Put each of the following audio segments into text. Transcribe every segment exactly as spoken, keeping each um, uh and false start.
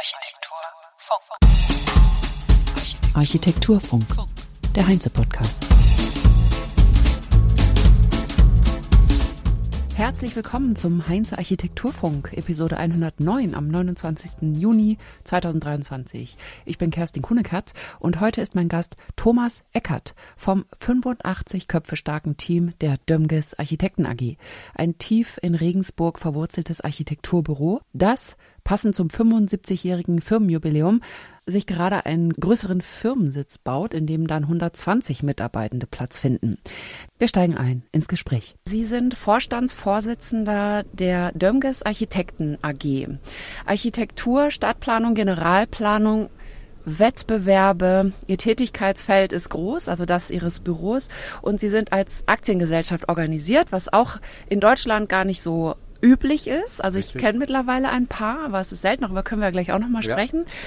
Architekturfunk. Architekturfunk, der Heinze-Podcast. Herzlich willkommen zum Heinze Architekturfunk, Episode hundertneun am neunundzwanzigsten Juni zweitausenddreiundzwanzig. Ich bin Kerstin Kuhnekatz und heute ist mein Gast Thomas Eckert vom fünfundachtzig Köpfe starken Team der Dömges Architekten A G. Ein tief in Regensburg verwurzeltes Architekturbüro, das, passend zum fünfundsiebzigjährigen Firmenjubiläum, sich gerade einen größeren Firmensitz baut, in dem dann hundertzwanzig Mitarbeitende Platz finden. Wir steigen ein ins Gespräch. Sie sind Vorstandsvorsitzender der Dömges Architekten A G. Architektur, Stadtplanung, Generalplanung, Wettbewerbe, Ihr Tätigkeitsfeld ist groß, also das Ihres Büros, und Sie sind als Aktiengesellschaft organisiert, was auch in Deutschland gar nicht so üblich ist. Also ich kenne mittlerweile ein paar, aber es ist selten, darüber können wir gleich auch nochmal sprechen. Ja.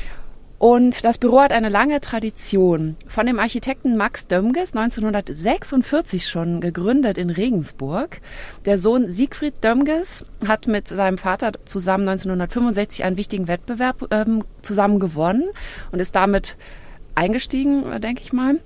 Und das Büro hat eine lange Tradition. Von dem Architekten Max Dömges, neunzehnhundertsechsundvierzig schon gegründet in Regensburg. Der Sohn Siegfried Dömges hat mit seinem Vater zusammen neunzehnhundertfünfundsechzig einen wichtigen Wettbewerb ähm, zusammen gewonnen und ist damit eingestiegen, denke ich mal.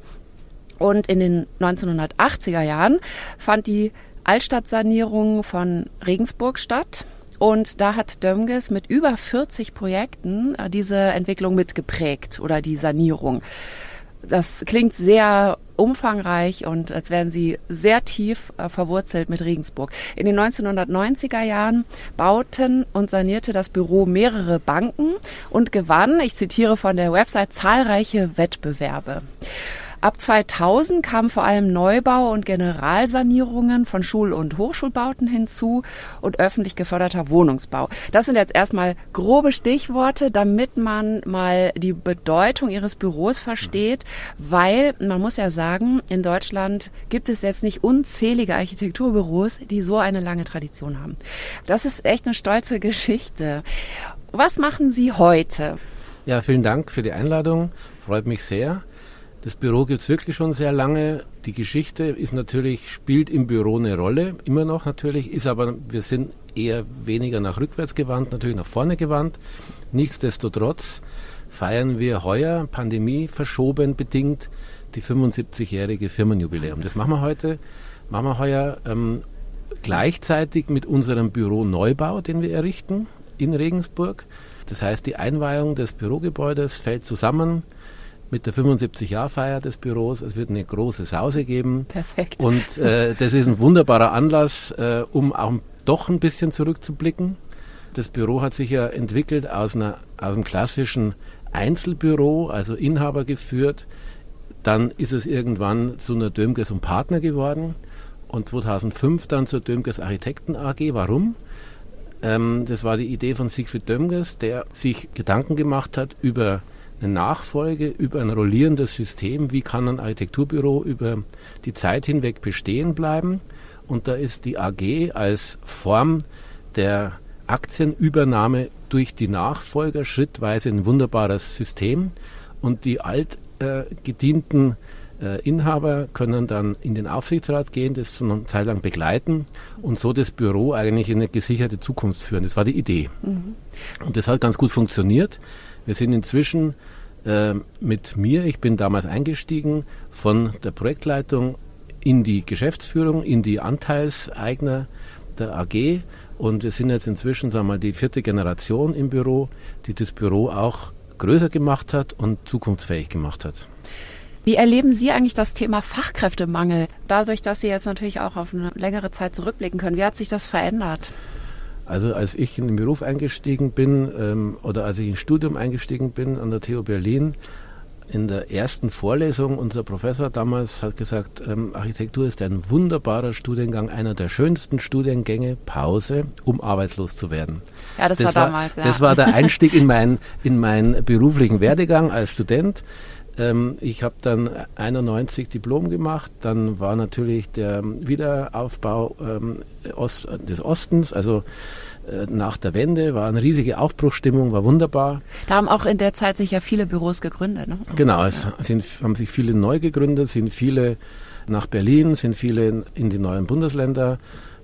Und in den neunzehnhundertachtziger Jahren fand die Altstadtsanierung von Regensburg statt. Und da hat Dömges mit über vierzig Projekten diese Entwicklung mitgeprägt oder die Sanierung. Das klingt sehr umfangreich und als wären sie sehr tief äh, verwurzelt mit Regensburg. In den neunzehnhundertneunziger Jahren bauten und sanierte das Büro mehrere Banken und gewann, ich zitiere von der Website, zahlreiche Wettbewerbe. Ab zweitausend kamen vor allem Neubau- und Generalsanierungen von Schul- und Hochschulbauten hinzu und öffentlich geförderter Wohnungsbau. Das sind jetzt erstmal grobe Stichworte, damit man mal die Bedeutung Ihres Büros versteht, weil man muss ja sagen, in Deutschland gibt es jetzt nicht unzählige Architekturbüros, die so eine lange Tradition haben. Das ist echt eine stolze Geschichte. Was machen Sie heute? Ja, vielen Dank für die Einladung. Freut mich sehr. Das Büro gibt es wirklich schon sehr lange. Die Geschichte ist natürlich, spielt im Büro eine Rolle, immer noch natürlich, ist aber, wir sind eher weniger nach rückwärts gewandt, natürlich nach vorne gewandt. Nichtsdestotrotz feiern wir heuer, Pandemie verschoben bedingt, die fünfundsiebzigjährige Firmenjubiläum. Das machen wir heute, machen wir heuer ähm, gleichzeitig mit unserem Büro Neubau, den wir errichten in Regensburg. Das heißt, die Einweihung des Bürogebäudes fällt zusammen mit der fünfundsiebzig-Jahr-Feier des Büros. Es wird eine große Sause geben. Perfekt. Und äh, das ist ein wunderbarer Anlass, äh, um auch doch ein bisschen zurückzublicken. Das Büro hat sich ja entwickelt aus, einer, aus einem klassischen Einzelbüro, also Inhaber geführt. Dann ist es irgendwann zu einer Dömges und Partner geworden und zweitausendfünf dann zur Dömges Architekten A G. Warum? Ähm, das war die Idee von Siegfried Dömges, der sich Gedanken gemacht hat über eine Nachfolge, über ein rollierendes System. Wie kann ein Architekturbüro über die Zeit hinweg bestehen bleiben? Und da ist die A G als Form der Aktienübernahme durch die Nachfolger schrittweise ein wunderbares System. Und die altgedienten äh, äh, Inhaber können dann in den Aufsichtsrat gehen, das eine Zeit lang begleiten und so das Büro eigentlich in eine gesicherte Zukunft führen. Das war die Idee. Mhm. Und das hat ganz gut funktioniert. Wir sind inzwischen äh, mit mir, ich bin damals eingestiegen, von der Projektleitung in die Geschäftsführung, in die Anteilseigner der A G und wir sind jetzt inzwischen, sagen wir mal, die vierte Generation im Büro, die das Büro auch größer gemacht hat und zukunftsfähig gemacht hat. Wie erleben Sie eigentlich das Thema Fachkräftemangel? Dadurch, dass Sie jetzt natürlich auch auf eine längere Zeit zurückblicken können, wie hat sich das verändert? Also als ich in den Beruf eingestiegen bin ähm, oder als ich ins Studium eingestiegen bin an der T U Berlin, in der ersten Vorlesung, unser Professor damals hat gesagt, ähm, Architektur ist ein wunderbarer Studiengang, einer der schönsten Studiengänge, Pause, um arbeitslos zu werden. Ja, das, das war damals, ja. Das war der Einstieg in, mein, in meinen beruflichen Werdegang als Student. Ähm, ich habe dann einundneunzig Diplom gemacht, dann war natürlich der Wiederaufbau ähm, Ost, des Ostens, also äh, nach der Wende, war eine riesige Aufbruchsstimmung, war wunderbar. Da haben auch in der Zeit sich ja viele Büros gegründet, ne? Genau, es sind, haben sich viele neu gegründet, sind viele nach Berlin, sind viele in die neuen Bundesländer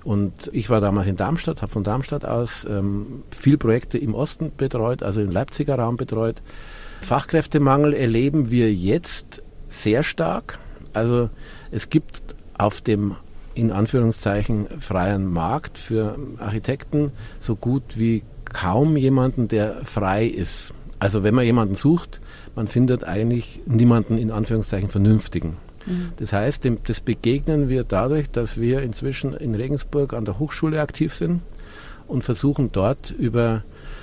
Und ich war damals in Darmstadt, habe von Darmstadt aus ähm, viel Projekte im Osten betreut, also im Leipziger Raum betreut. Fachkräftemangel erleben wir jetzt sehr stark. Also es gibt auf dem in Anführungszeichen freien Markt für Architekten so gut wie kaum jemanden, der frei ist. Also wenn man jemanden sucht, man findet eigentlich niemanden in Anführungszeichen Vernünftigen. Mhm. Das heißt, dem, das begegnen wir dadurch, dass wir inzwischen in Regensburg an der Hochschule aktiv sind und versuchen dort über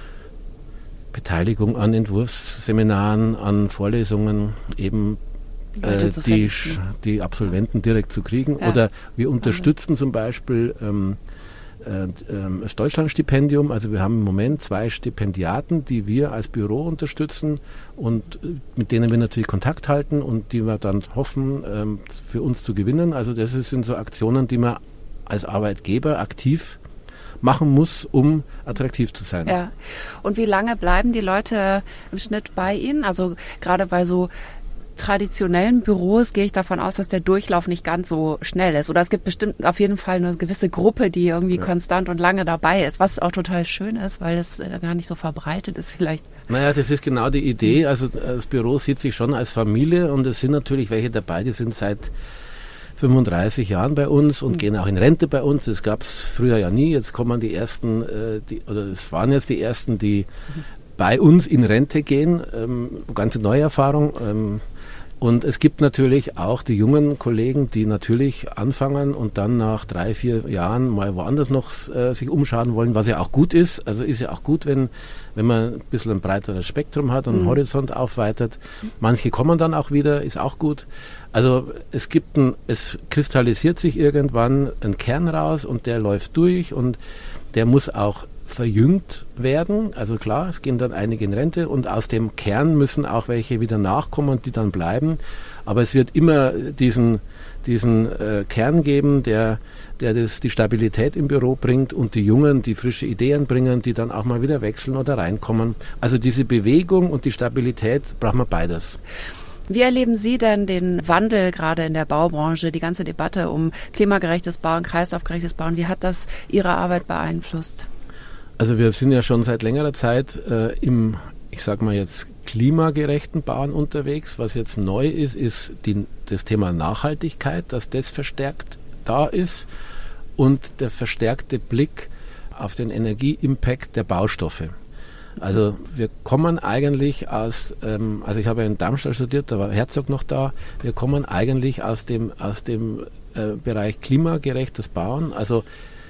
Beteiligung an Entwurfsseminaren, an Vorlesungen eben äh, die, die Absolventen direkt zu kriegen. Ja. Oder wir unterstützen zum Beispiel ähm, äh, äh, das Deutschlandstipendium. Also wir haben im Moment zwei Stipendiaten, die wir als Büro unterstützen und mit denen wir natürlich Kontakt halten und die wir dann hoffen, ähm, für uns zu gewinnen. Also das sind so Aktionen, die man als Arbeitgeber aktiv machen muss, um attraktiv zu sein. Ja. Und wie lange bleiben die Leute im Schnitt bei Ihnen? Also gerade bei so traditionellen Büros gehe ich davon aus, dass der Durchlauf nicht ganz so schnell ist. Oder es gibt bestimmt auf jeden Fall eine gewisse Gruppe, die irgendwie ja. konstant und lange dabei ist, was auch total schön ist, weil es gar nicht so verbreitet ist vielleicht. Naja, das ist genau die Idee. Also das Büro sieht sich schon als Familie und es sind natürlich welche dabei, die sind seit fünfunddreißig Jahren bei uns und mhm. gehen auch in Rente bei uns. Das gab es früher ja nie. Jetzt kommen die ersten, äh, die, oder es waren jetzt die ersten, die mhm. bei uns in Rente gehen. Ähm, ganze neue Erfahrung. Ähm, und es gibt natürlich auch die jungen Kollegen, die natürlich anfangen und dann nach drei, vier Jahren mal woanders noch äh, sich umschauen wollen, was ja auch gut ist. Also ist ja auch gut, wenn, wenn man ein bisschen ein breiteres Spektrum hat und einen mhm. Horizont aufweitet. Manche kommen dann auch wieder, ist auch gut. Also es gibt ein, es kristallisiert sich irgendwann ein Kern raus und der läuft durch und der muss auch verjüngt werden. Also klar, es gehen dann einige in Rente und aus dem Kern müssen auch welche wieder nachkommen, die dann bleiben. Aber es wird immer diesen, diesen äh, Kern geben, der, der das, die Stabilität im Büro bringt und die Jungen, die frische Ideen bringen, die dann auch mal wieder wechseln oder reinkommen. Also diese Bewegung und die Stabilität braucht man beides. Wie erleben Sie denn den Wandel gerade in der Baubranche, die ganze Debatte um klimagerechtes Bauen, kreislaufgerechtes Bauen? Wie hat das Ihre Arbeit beeinflusst? Also wir sind ja schon seit längerer Zeit äh, im, ich sag mal jetzt, klimagerechten Bauen unterwegs. Was jetzt neu ist, ist die, das Thema Nachhaltigkeit, dass das verstärkt da ist und der verstärkte Blick auf den Energieimpact der Baustoffe. Also wir kommen eigentlich aus, ähm, also ich habe ja in Darmstadt studiert, da war Herzog noch da, wir kommen eigentlich aus dem, aus dem äh, Bereich klimagerechtes Bauen, also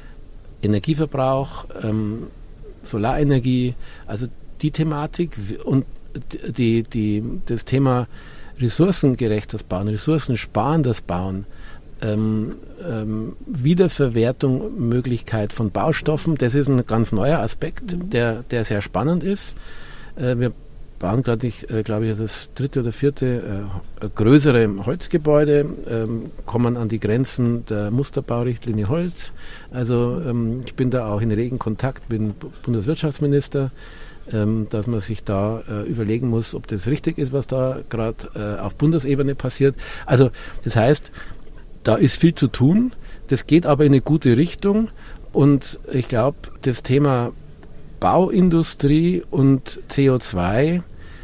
Energieverbrauch, ähm, Solarenergie, also die Thematik und die, die, das Thema ressourcengerechtes Bauen, ressourcensparendes Bauen, ähm, ähm, Wiederverwertung, Möglichkeit von Baustoffen, das ist ein ganz neuer Aspekt, mhm. der, der sehr spannend ist. Äh, wir bauen gerade, äh, glaube ich, das dritte oder vierte äh, größere Holzgebäude, ähm, kommen an die Grenzen der Musterbaurichtlinie Holz. Also ähm, ich bin da auch in regen Kontakt mit dem Bundeswirtschaftsminister, ähm, dass man sich da äh, überlegen muss, ob das richtig ist, was da gerade äh, auf Bundesebene passiert. Also das heißt, da ist viel zu tun. Das geht aber in eine gute Richtung. Und ich glaube, das Thema Bauindustrie und C O zwei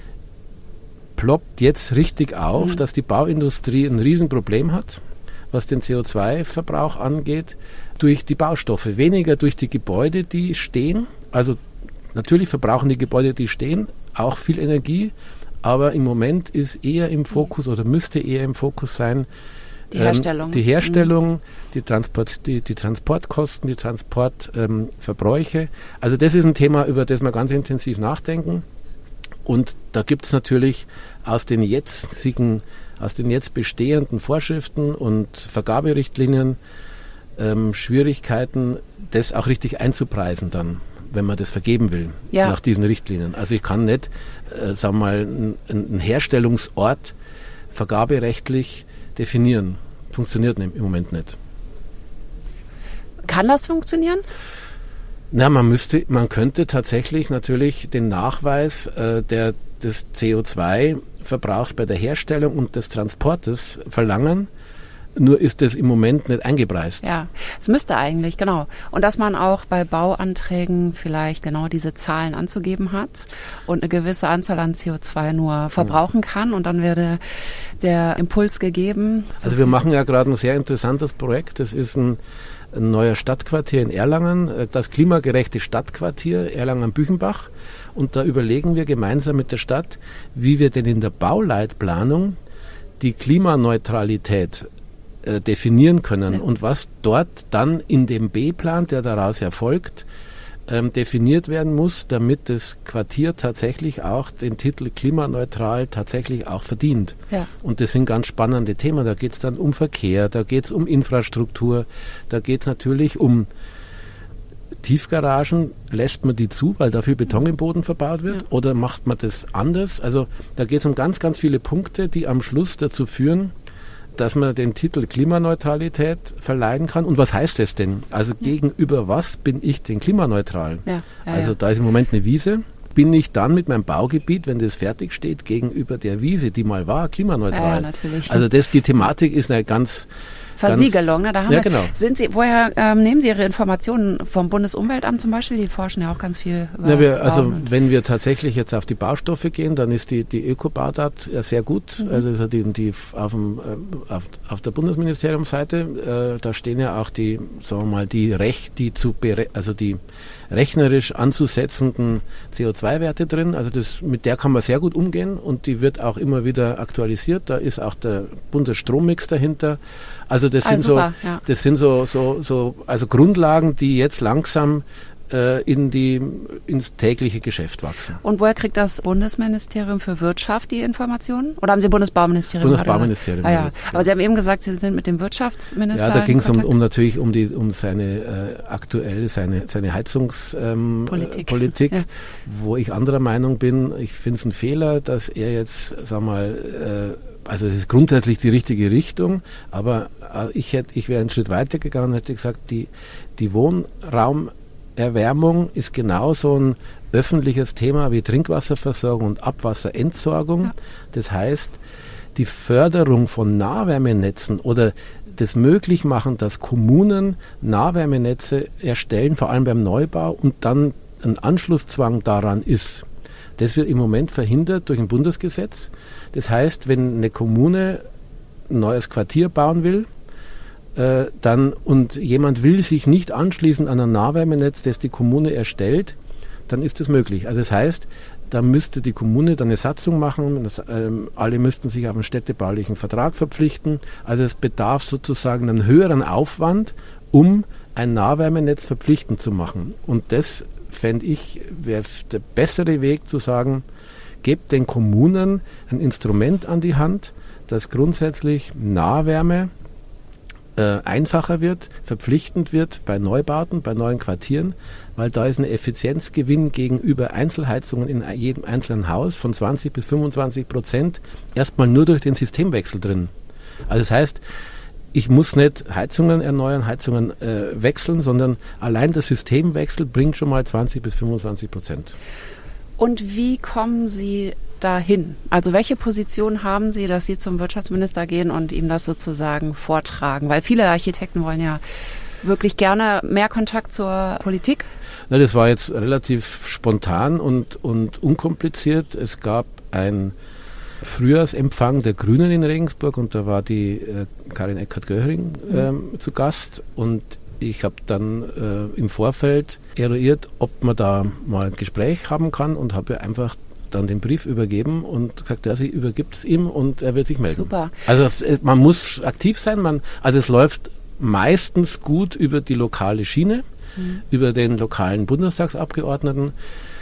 ploppt jetzt richtig auf, mhm. dass die Bauindustrie ein Riesenproblem hat, was den C O zwei Verbrauch angeht, durch die Baustoffe. Weniger durch die Gebäude, die stehen. Also natürlich verbrauchen die Gebäude, die stehen, auch viel Energie. Aber im Moment ist eher im Fokus oder müsste eher im Fokus sein, Die Herstellung. Ähm, die Herstellung, mhm. die, Transport, die, die Transportkosten, die Transportverbräuche. Ähm, also das ist ein Thema, über das wir ganz intensiv nachdenken. Und da gibt es natürlich aus den jetzigen, aus den jetzt bestehenden Vorschriften und Vergaberichtlinien ähm, Schwierigkeiten, das auch richtig einzupreisen dann, wenn man das vergeben will, ja. nach diesen Richtlinien. Also ich kann nicht, äh, sagen wir mal, einen Herstellungsort vergaberechtlich definieren. Funktioniert im Moment nicht. Kann das funktionieren? Na, man müsste, man könnte tatsächlich natürlich den Nachweis äh, der, des C O zwei Verbrauchs bei der Herstellung und des Transportes verlangen. Nur ist das im Moment nicht eingepreist. Ja, es müsste eigentlich, genau. Und dass man auch bei Bauanträgen vielleicht genau diese Zahlen anzugeben hat und eine gewisse Anzahl an C O zwei nur verbrauchen kann und dann werde der Impuls gegeben. Also wir machen ja gerade ein sehr interessantes Projekt. Das ist ein, ein neuer Stadtquartier in Erlangen, das klimagerechte Stadtquartier Erlangen-Büchenbach. Und da überlegen wir gemeinsam mit der Stadt, wie wir denn in der Bauleitplanung die Klimaneutralität äh, definieren können ja. und was dort dann in dem B-Plan, der daraus erfolgt, ähm, definiert werden muss, damit das Quartier tatsächlich auch den Titel klimaneutral tatsächlich auch verdient. Ja. Und das sind ganz spannende Themen. Da geht es dann um Verkehr, da geht es um Infrastruktur, da geht es natürlich um Tiefgaragen. Lässt man die zu, weil da viel Beton im Boden verbaut wird? Ja. Oder macht man das anders? Also da geht es um ganz, ganz viele Punkte, die am Schluss dazu führen, dass man den Titel Klimaneutralität verleihen kann. Und was heißt das denn? Also ja. gegenüber was bin ich denn klimaneutral? Ja. Ja, also ja. da ist im Moment eine Wiese. Bin ich dann mit meinem Baugebiet, wenn das fertig steht, gegenüber der Wiese, die mal war, klimaneutral? Ja, ja, natürlich. Also das, die Thematik ist eine ganz Versiegelung, ne? Da haben ja, wir, genau. Sind Sie, woher ähm, nehmen Sie Ihre Informationen vom Bundesumweltamt zum Beispiel? Die forschen ja auch ganz viel über ja, wir, Also wenn wir tatsächlich jetzt auf die Baustoffe gehen, dann ist die, die Öko-Baudat ja sehr gut. Mhm. Also die, die auf, dem, auf, auf der Bundesministeriumsseite, äh, da stehen ja auch die, sagen wir mal, die Recht, die zu bere- also die rechnerisch anzusetzenden C O zwei Werte drin. Also das, mit der kann man sehr gut umgehen und die wird auch immer wieder aktualisiert. Da ist auch der Bundesstrommix dahinter. Also das ah, sind super, so, ja. das sind so, so, so, also Grundlagen, die jetzt langsam äh, in die, ins tägliche Geschäft wachsen. Und woher kriegt das Bundesministerium für Wirtschaft die Informationen? Oder haben Sie Bundesbauministerium? Bundesbauministerium. Ah, ja. Jetzt, ja. Aber Sie haben eben gesagt, Sie sind mit dem Wirtschaftsminister. Ja, da ging es um, um natürlich um die, um seine äh, aktuell seine seine Heizungspolitik, ähm, Politik, ja. wo ich anderer Meinung bin. Ich finde es ein Fehler, dass er jetzt, sag mal, äh, also es ist grundsätzlich die richtige Richtung, aber ich hätte, ich wäre einen Schritt weiter gegangen und hätte gesagt, die, die Wohnraumerwärmung ist genauso ein öffentliches Thema wie Trinkwasserversorgung und Abwasserentsorgung. Ja. Das heißt, die Förderung von Nahwärmenetzen oder das möglich machen, dass Kommunen Nahwärmenetze erstellen, vor allem beim Neubau, und dann ein Anschlusszwang daran ist. Das wird im Moment verhindert durch ein Bundesgesetz. Das heißt, wenn eine Kommune ein neues Quartier bauen will, äh, dann und jemand will sich nicht anschließen an ein Nahwärmenetz, das die Kommune erstellt, dann ist das möglich. Also das heißt, da müsste die Kommune dann eine Satzung machen, das, ähm, alle müssten sich auf einen städtebaulichen Vertrag verpflichten. Also es bedarf sozusagen einen höheren Aufwand, um ein Nahwärmenetz verpflichtend zu machen. Und das fände ich, wäre der bessere Weg zu sagen, gebt den Kommunen ein Instrument an die Hand, das grundsätzlich Nahwärme äh, einfacher wird, verpflichtend wird bei Neubauten, bei neuen Quartieren, weil da ist ein Effizienzgewinn gegenüber Einzelheizungen in jedem einzelnen Haus von zwanzig bis fünfundzwanzig Prozent erstmal nur durch den Systemwechsel drin. Also das heißt, ich muss nicht Heizungen erneuern, Heizungen äh, wechseln, sondern allein der Systemwechsel bringt schon mal zwanzig bis fünfundzwanzig Prozent. Und wie kommen Sie dahin? Also welche Position haben Sie, dass Sie zum Wirtschaftsminister gehen und ihm das sozusagen vortragen? Weil viele Architekten wollen ja wirklich gerne mehr Kontakt zur Politik. Na, das war jetzt relativ spontan und, und unkompliziert. Es gab ein Frühjahrsempfang der Grünen in Regensburg und da war die äh, Karin Eckert-Göhring ähm, mhm. zu Gast und ich habe dann äh, im Vorfeld eruiert, ob man da mal ein Gespräch haben kann und habe ihr einfach dann den Brief übergeben und gesagt, ja, sie übergibt es ihm und er wird sich melden. Super. Also das, man muss aktiv sein, man, also es läuft meistens gut über die lokale Schiene, mhm. über den lokalen Bundestagsabgeordneten.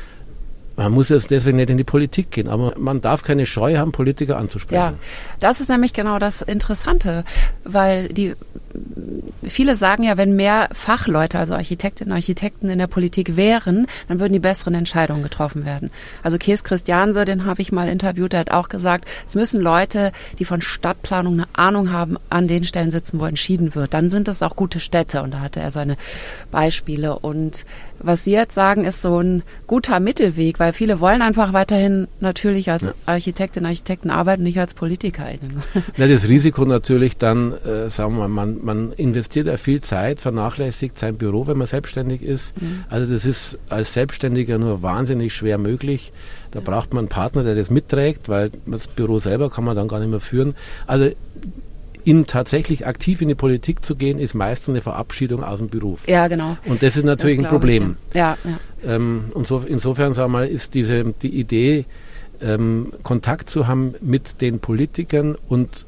Man muss jetzt deswegen nicht in die Politik gehen, aber man darf keine Scheu haben, Politiker anzusprechen. Ja, das ist nämlich genau das Interessante, weil die viele sagen ja, wenn mehr Fachleute, also Architektinnen und Architekten in der Politik wären, dann würden die besseren Entscheidungen getroffen werden. Also Kees Christianse, den habe ich mal interviewt, der hat auch gesagt, es müssen Leute, die von Stadtplanung eine Ahnung haben, an den Stellen sitzen, wo entschieden wird. Dann sind das auch gute Städte und da hatte er seine Beispiele. Und was Sie jetzt sagen, ist so ein guter Mittelweg, weil weil viele wollen einfach weiterhin natürlich als ja. Architektin, Architekten arbeiten, nicht als PolitikerInnen. Ja, das Risiko natürlich dann, äh, sagen wir mal, man, man investiert ja viel Zeit, vernachlässigt sein Büro, wenn man selbstständig ist. Mhm. Also das ist als Selbstständiger nur wahnsinnig schwer möglich. Da ja. braucht man einen Partner, der das mitträgt, weil das Büro selber kann man dann gar nicht mehr führen. Also in tatsächlich aktiv in die Politik zu gehen, ist meistens eine Verabschiedung aus dem Beruf. Ja, genau. Und das ist natürlich das ein Problem. Ich, ja. Ja, ja. Ähm, und so, insofern, sagen wir mal, ist diese, die Idee, ähm, Kontakt zu haben mit den Politikern und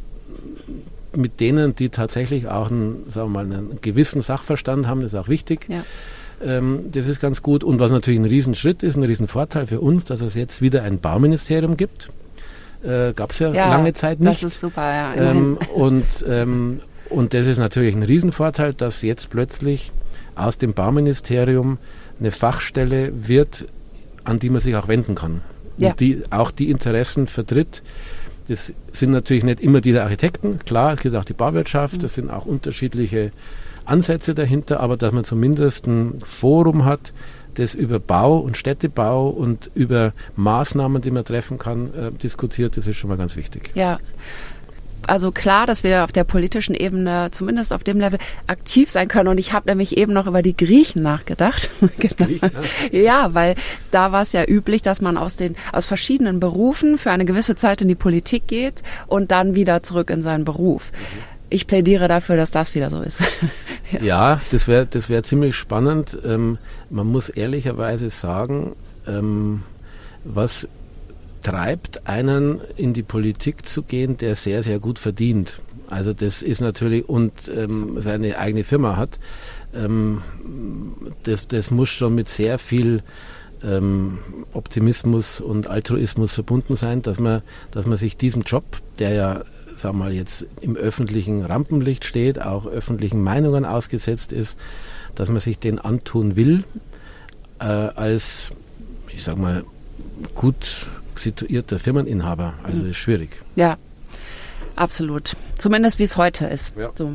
mit denen, die tatsächlich auch einen, sagen wir mal, einen gewissen Sachverstand haben, das ist auch wichtig. Ja. Ähm, das ist ganz gut. Und was natürlich ein Riesenschritt ist, ein Riesenvorteil für uns, dass es jetzt wieder ein Bauministerium gibt. Äh, gab es ja, ja lange Zeit nicht. Das ist super, ja. Ähm, und, ähm, und das ist natürlich ein Riesenvorteil, dass jetzt plötzlich aus dem Bauministerium eine Fachstelle wird, an die man sich auch wenden kann. Ja. Und die auch die Interessen vertritt. Das sind natürlich nicht immer die der Architekten, klar, es gibt auch die Bauwirtschaft, mhm. das sind auch unterschiedliche Ansätze dahinter, aber dass man zumindest ein Forum hat, das über Bau und Städtebau und über Maßnahmen, die man treffen kann, äh, diskutiert, das ist schon mal ganz wichtig. Ja, also klar, dass wir auf der politischen Ebene, zumindest auf dem Level, aktiv sein können. Und ich habe nämlich eben noch über die Griechen nachgedacht. Griechen, ja. ja, weil da war es ja üblich, dass man aus den aus verschiedenen Berufen für eine gewisse Zeit in die Politik geht und dann wieder zurück in seinen Beruf. Mhm. Ich plädiere dafür, dass das wieder so ist. ja. ja, das wäre das wär ziemlich spannend. Ähm, man muss ehrlicherweise sagen, ähm, was treibt einen in die Politik zu gehen, der sehr, sehr gut verdient. Also das ist natürlich, und ähm, seine eigene Firma hat, ähm, das, das muss schon mit sehr viel ähm, Optimismus und Altruismus verbunden sein, dass man, dass man sich diesem Job, der ja sagen wir mal, jetzt im öffentlichen Rampenlicht steht, auch öffentlichen Meinungen ausgesetzt ist, dass man sich den antun will, äh, als, ich sag mal, gut situierter Firmeninhaber. Also das ist schwierig. Ja, absolut. Zumindest wie es heute ist. Ja. So.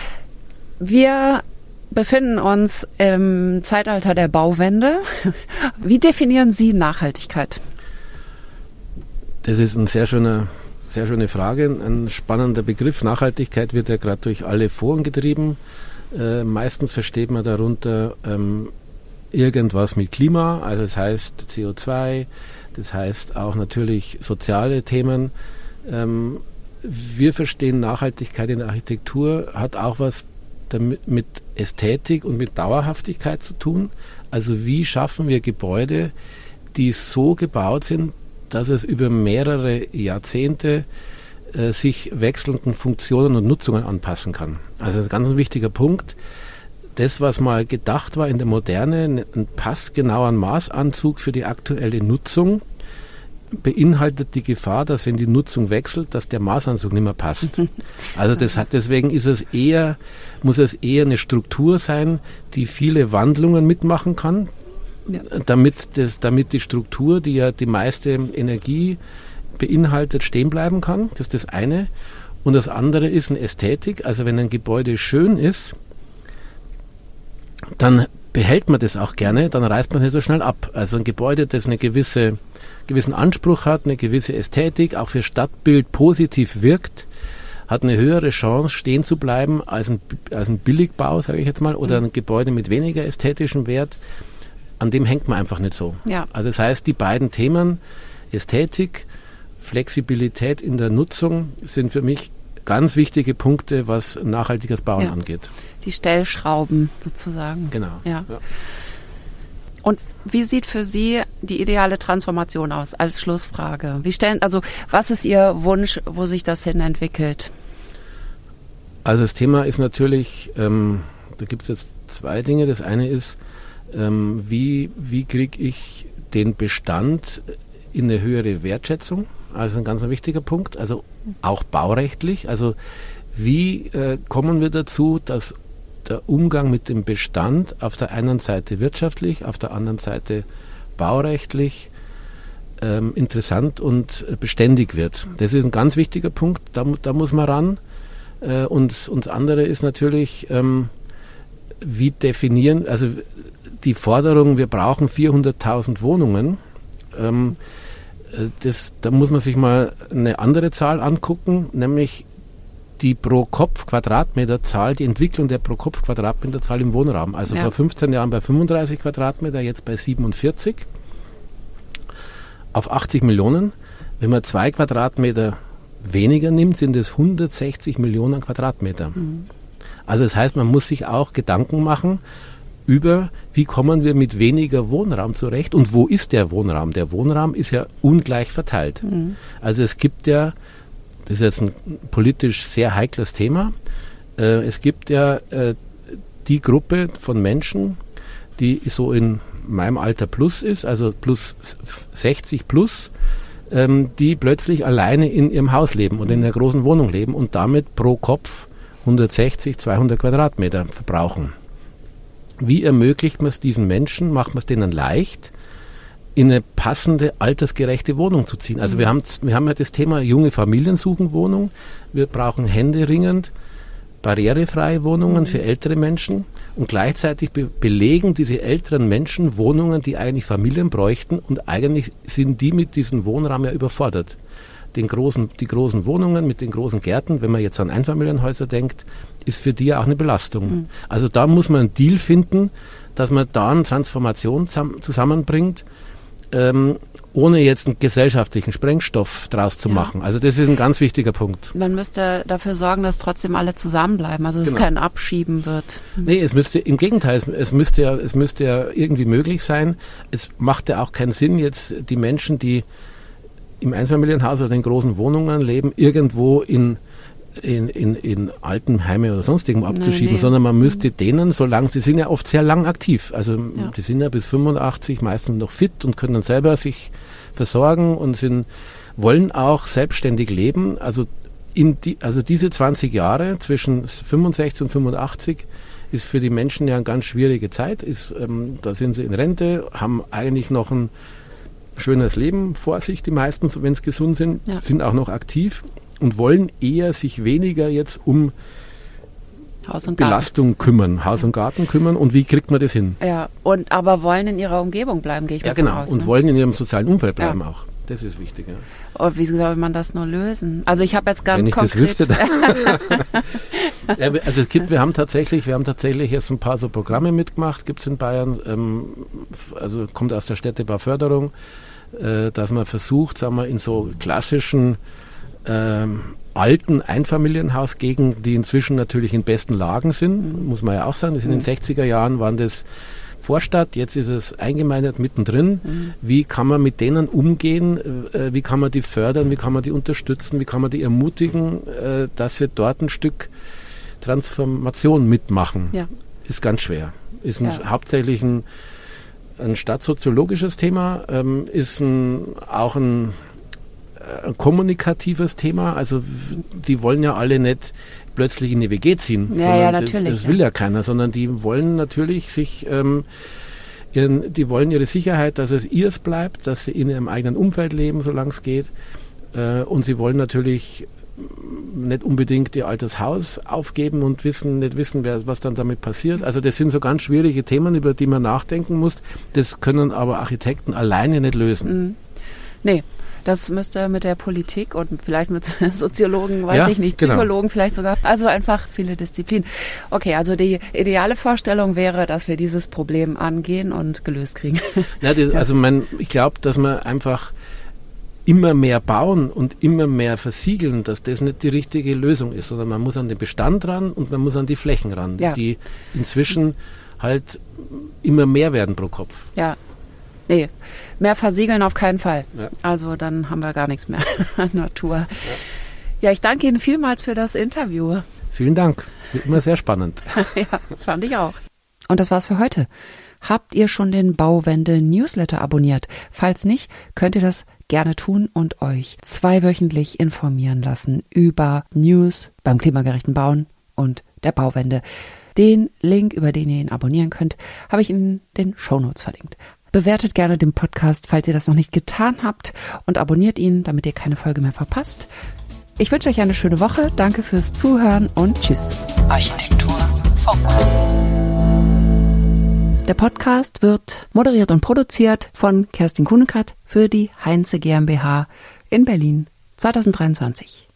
Wir befinden uns im Zeitalter der Bauwende. Wie definieren Sie Nachhaltigkeit? Das ist ein sehr schöner Sehr schöne Frage, ein spannender Begriff. Nachhaltigkeit wird ja gerade durch alle Foren getrieben. Äh, meistens versteht man darunter ähm, irgendwas mit Klima, also das heißt C O zwei, das heißt auch natürlich soziale Themen. Ähm, wir verstehen Nachhaltigkeit in der Architektur, hat auch was damit, mit Ästhetik und mit Dauerhaftigkeit zu tun. Also wie schaffen wir Gebäude, die so gebaut sind, dass es über mehrere Jahrzehnte äh, sich wechselnden Funktionen und Nutzungen anpassen kann. Also das ist ein ganz wichtiger Punkt. Das, was mal gedacht war in der Moderne, ein passgenauer Maßanzug für die aktuelle Nutzung, beinhaltet die Gefahr, dass wenn die Nutzung wechselt, dass der Maßanzug nicht mehr passt. Also das hat, deswegen ist es eher, muss es eher eine Struktur sein, die viele Wandlungen mitmachen kann. Ja. Damit, das, damit die Struktur, die ja die meiste Energie beinhaltet, stehen bleiben kann. Das ist das eine. Und das andere ist eine Ästhetik. Also wenn ein Gebäude schön ist, dann behält man das auch gerne, dann reißt man es nicht so schnell ab. Also ein Gebäude, das einen gewisse, gewissen Anspruch hat, eine gewisse Ästhetik, auch für Stadtbild positiv wirkt, hat eine höhere Chance, stehen zu bleiben als ein, als ein Billigbau, sage ich jetzt mal, oder ein Gebäude mit weniger ästhetischem Wert. An dem hängt man einfach nicht so. Ja. Also das heißt, die beiden Themen, Ästhetik, Flexibilität in der Nutzung, sind für mich ganz wichtige Punkte, was nachhaltiges Bauen ja. angeht. Die Stellschrauben sozusagen. Genau. Ja. Ja. Und wie sieht für Sie die ideale Transformation aus als Schlussfrage? Wie stellen, also was ist Ihr Wunsch, wo sich das hin entwickelt? Also das Thema ist natürlich, ähm, da gibt es jetzt zwei Dinge. Das eine ist, Ähm, wie wie kriege ich den Bestand in eine höhere Wertschätzung? Also ein ganz wichtiger Punkt, also auch baurechtlich. Also wie äh, kommen wir dazu, dass der Umgang mit dem Bestand auf der einen Seite wirtschaftlich, auf der anderen Seite baurechtlich ähm, interessant und äh, beständig wird? Das ist ein ganz wichtiger Punkt, da, da muss man ran. Äh, und, und das andere ist natürlich, ähm, wie definieren, also die Forderung, wir brauchen vierhunderttausend Wohnungen, Ähm, das, da muss man sich mal eine andere Zahl angucken, nämlich die Pro-Kopf-Quadratmeter-Zahl, die Entwicklung der Pro-Kopf-Quadratmeter-Zahl im Wohnraum. Also ja. vor fünfzehn Jahren bei fünfunddreißig Quadratmeter, jetzt bei siebenundvierzig auf achtzig Millionen. Wenn man zwei Quadratmeter weniger nimmt, sind es hundertsechzig Millionen Quadratmeter. Mhm. Also das heißt, man muss sich auch Gedanken machen über, wie kommen wir mit weniger Wohnraum zurecht und wo ist der Wohnraum? Der Wohnraum ist ja ungleich verteilt. Mhm. Also es gibt ja, das ist jetzt ein politisch sehr heikles Thema, äh, es gibt ja äh, die Gruppe von Menschen, die so in meinem Alter plus ist, also plus sechzig plus, ähm, die plötzlich alleine in ihrem Haus leben und in einer großen Wohnung leben und damit pro Kopf hundertsechzig, zweihundert Quadratmeter verbrauchen. Wie ermöglicht man es diesen Menschen, macht man es denen leicht, in eine passende, altersgerechte Wohnung zu ziehen? Also mhm. wir haben wir haben ja das Thema junge Familien suchen Wohnung. Wir brauchen händeringend barrierefreie Wohnungen mhm. für ältere Menschen und gleichzeitig be- belegen diese älteren Menschen Wohnungen, die eigentlich Familien bräuchten und eigentlich sind die mit diesem Wohnraum ja überfordert. Den großen, die großen Wohnungen mit den großen Gärten, wenn man jetzt an Einfamilienhäuser denkt, ist für die ja auch eine Belastung. Mhm. Also da muss man einen Deal finden, dass man da eine Transformation zam- zusammenbringt, ähm, ohne jetzt einen gesellschaftlichen Sprengstoff draus zu ja. machen. Also das ist ein ganz wichtiger Punkt. Man müsste dafür sorgen, dass trotzdem alle zusammenbleiben, also dass genau. es kein Abschieben wird. Nee, es müsste, im Gegenteil, es, es müsste ja, es müsste ja irgendwie möglich sein. Es macht ja auch keinen Sinn, jetzt die Menschen, die im Einfamilienhaus oder in großen Wohnungen leben, irgendwo in in, in, in Altenheime oder sonst irgendwo abzuschieben, nee, nee. sondern man müsste mhm. denen, solange sie sind ja oft sehr lang aktiv, also ja. die sind ja bis fünfundachtzig meistens noch fit und können dann selber sich versorgen und sind, wollen auch selbstständig leben. Also, in die, also diese zwanzig Jahre zwischen fünfundsechzig und fünfundachtzig ist für die Menschen ja eine ganz schwierige Zeit. Ist, ähm, da sind sie in Rente, haben eigentlich noch ein schönes Leben vor sich, die meisten, wenn sie gesund sind, ja. sind auch noch aktiv und wollen eher sich weniger jetzt um Haus und Belastung Garten. kümmern, Haus und Garten kümmern. Und wie kriegt man das hin? Ja, und aber wollen in ihrer Umgebung bleiben, gehe ich mal Ja, genau. raus, und ne? wollen in ihrem sozialen Umfeld bleiben ja. auch. Das ist wichtig. Ja. Und wie soll man das nur lösen? Also ich habe jetzt ganz Wenn ich konkret... das wüsste, ja, also es gibt, wir haben tatsächlich, wir haben tatsächlich jetzt ein paar so Programme mitgemacht, gibt es in Bayern, ähm, also kommt aus der Städtebauförderung, äh, dass man versucht, sagen wir, in so klassischen ähm, alten Einfamilienhausgegenden, die inzwischen natürlich in besten Lagen sind, mhm. muss man ja auch sagen, das in mhm. den sechziger Jahren waren das Vorstadt, jetzt ist es eingemeindet mittendrin. Mhm. Wie kann man mit denen umgehen? Äh, wie kann man die fördern? Wie kann man die unterstützen? Wie kann man die ermutigen, äh, dass sie dort ein Stück Transformation mitmachen? Ja. Ist ganz schwer. Ist ein, ja. hauptsächlich ein, ein stadtsoziologisches Thema, ähm, ist ein, auch ein, ein kommunikatives Thema. Also die wollen ja alle nicht plötzlich in die W G ziehen. Ja, ja, natürlich. Das, das will ja. ja keiner, sondern die wollen natürlich sich, ähm, ihren, die wollen ihre Sicherheit, dass es ihrs bleibt, dass sie in ihrem eigenen Umfeld leben, solange es geht. Äh, und sie wollen natürlich nicht unbedingt ihr altes Haus aufgeben und wissen, nicht wissen, wer, was dann damit passiert. Also das sind so ganz schwierige Themen, über die man nachdenken muss. Das können aber Architekten alleine nicht lösen. Mhm. Nee. Das müsste mit der Politik und vielleicht mit Soziologen, weiß ja, ich nicht, Psychologen genau. vielleicht sogar, also einfach viele Disziplinen. Okay, also die ideale Vorstellung wäre, dass wir dieses Problem angehen und gelöst kriegen. Ja, die, also mein, ich glaube, dass man einfach immer mehr bauen und immer mehr versiegeln, dass das nicht die richtige Lösung ist, sondern man muss an den Bestand ran und man muss an die Flächen ran, ja. die inzwischen halt immer mehr werden pro Kopf. Ja. Nee, mehr versiegeln auf keinen Fall. Ja. Also dann haben wir gar nichts mehr an Natur. Ja. ja, ich danke Ihnen vielmals für das Interview. Vielen Dank. Immer sehr spannend. Ja, fand ich auch. Und das war's für heute. Habt ihr schon den Bauwende-Newsletter abonniert? Falls nicht, könnt ihr das gerne tun und euch zweiwöchentlich informieren lassen über News beim klimagerechten Bauen und der Bauwende. Den Link, über den ihr ihn abonnieren könnt, habe ich in den Shownotes verlinkt. Bewertet gerne den Podcast, falls ihr das noch nicht getan habt und abonniert ihn, damit ihr keine Folge mehr verpasst. Ich wünsche euch eine schöne Woche, danke fürs Zuhören und tschüss. Architektur Funk. Der Podcast wird moderiert und produziert von Kerstin Kunekert für die Heinze GmbH in Berlin zwanzig dreiundzwanzig.